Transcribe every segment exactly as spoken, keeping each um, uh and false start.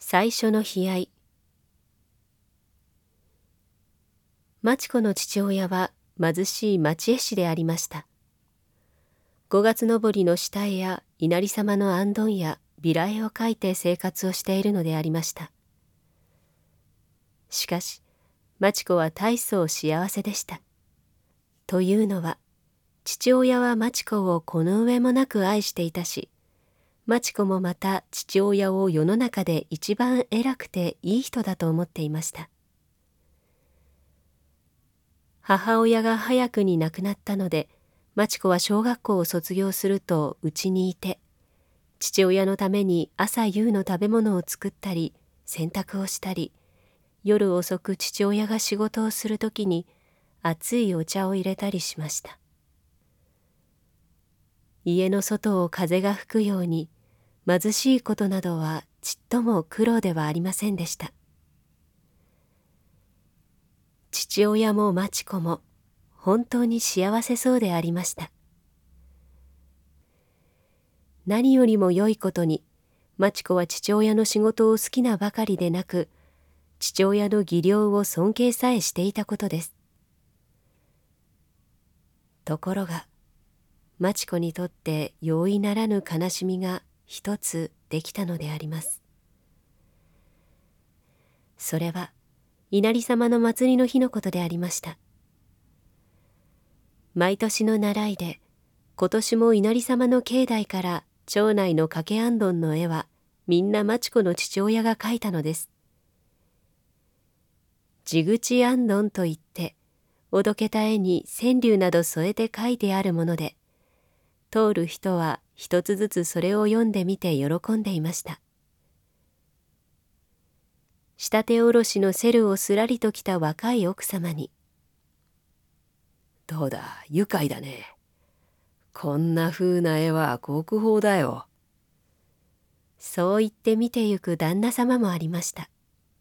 最初の悲哀。町子の父親は貧しい町絵師でありました。五月のぼりの下絵や稲荷様の行灯やビラ絵を描いて生活をしているのでありました。しかし町子は大層幸せでした。というのは、父親は町子をこの上もなく愛していたし、町子もまた父親を世の中で一番偉くていい人だと思っていました。母親が早くに亡くなったので、町子は小学校を卒業するとうちにいて、父親のために朝夕の食べ物を作ったり、洗濯をしたり、夜遅く父親が仕事をするときに熱いお茶を入れたりしました。家の外を風が吹くように、貧しいことなどはちっとも苦労ではありませんでした。父親も町子も本当に幸せそうでありました。何よりも良いことに、町子は父親の仕事を好きなばかりでなく、父親の技量を尊敬さえしていたことです。ところが、町子にとって容易ならぬ悲しみが一つできたのであります。それは稲荷様の祭りの日のことでありました。毎年の習いで、今年も稲荷様の境内から町内の掛け行灯の絵はみんな町子の父親が描いたのです。地口行灯といって、おどけた絵に川柳など添えて描いてあるもので、通る人は一つずつそれを読んでみて喜んでいました。仕立ておろしのセルをすらりと着た若い奥様に、 どうだ、愉快だね。こんな風な絵は国宝だよ。 そう言って見てゆく旦那様もありました。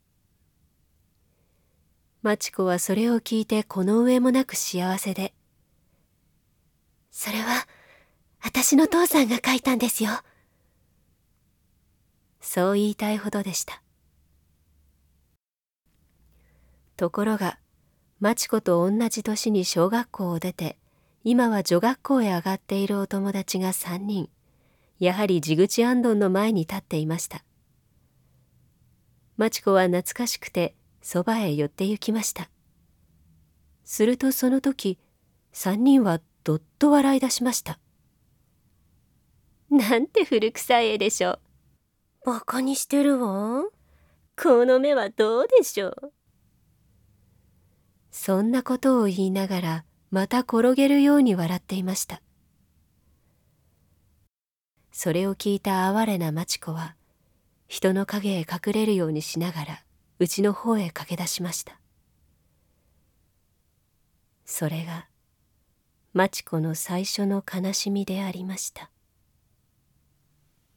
町子はそれを聞いてこの上もなく幸せで、それは私の父さんが描いたんですよ。そう言いたいほどでした。ところが、町子と同じ年に小学校を出て、今は女学校へ上がっているお友達が三人、やはり地口行燈の前に立っていました。町子は懐かしくて、そばへ寄って行きました。するとその時、三人はどっと笑い出しました。なんて古臭い絵でしょう。バカにしてるわ。この目はどうでしょう。そんなことを言いながら、また転げるように笑っていました。それを聞いた哀れな町子は、人の影へ隠れるようにしながら、うちの方へ駆け出しました。それが、町子の最初の悲しみでありました。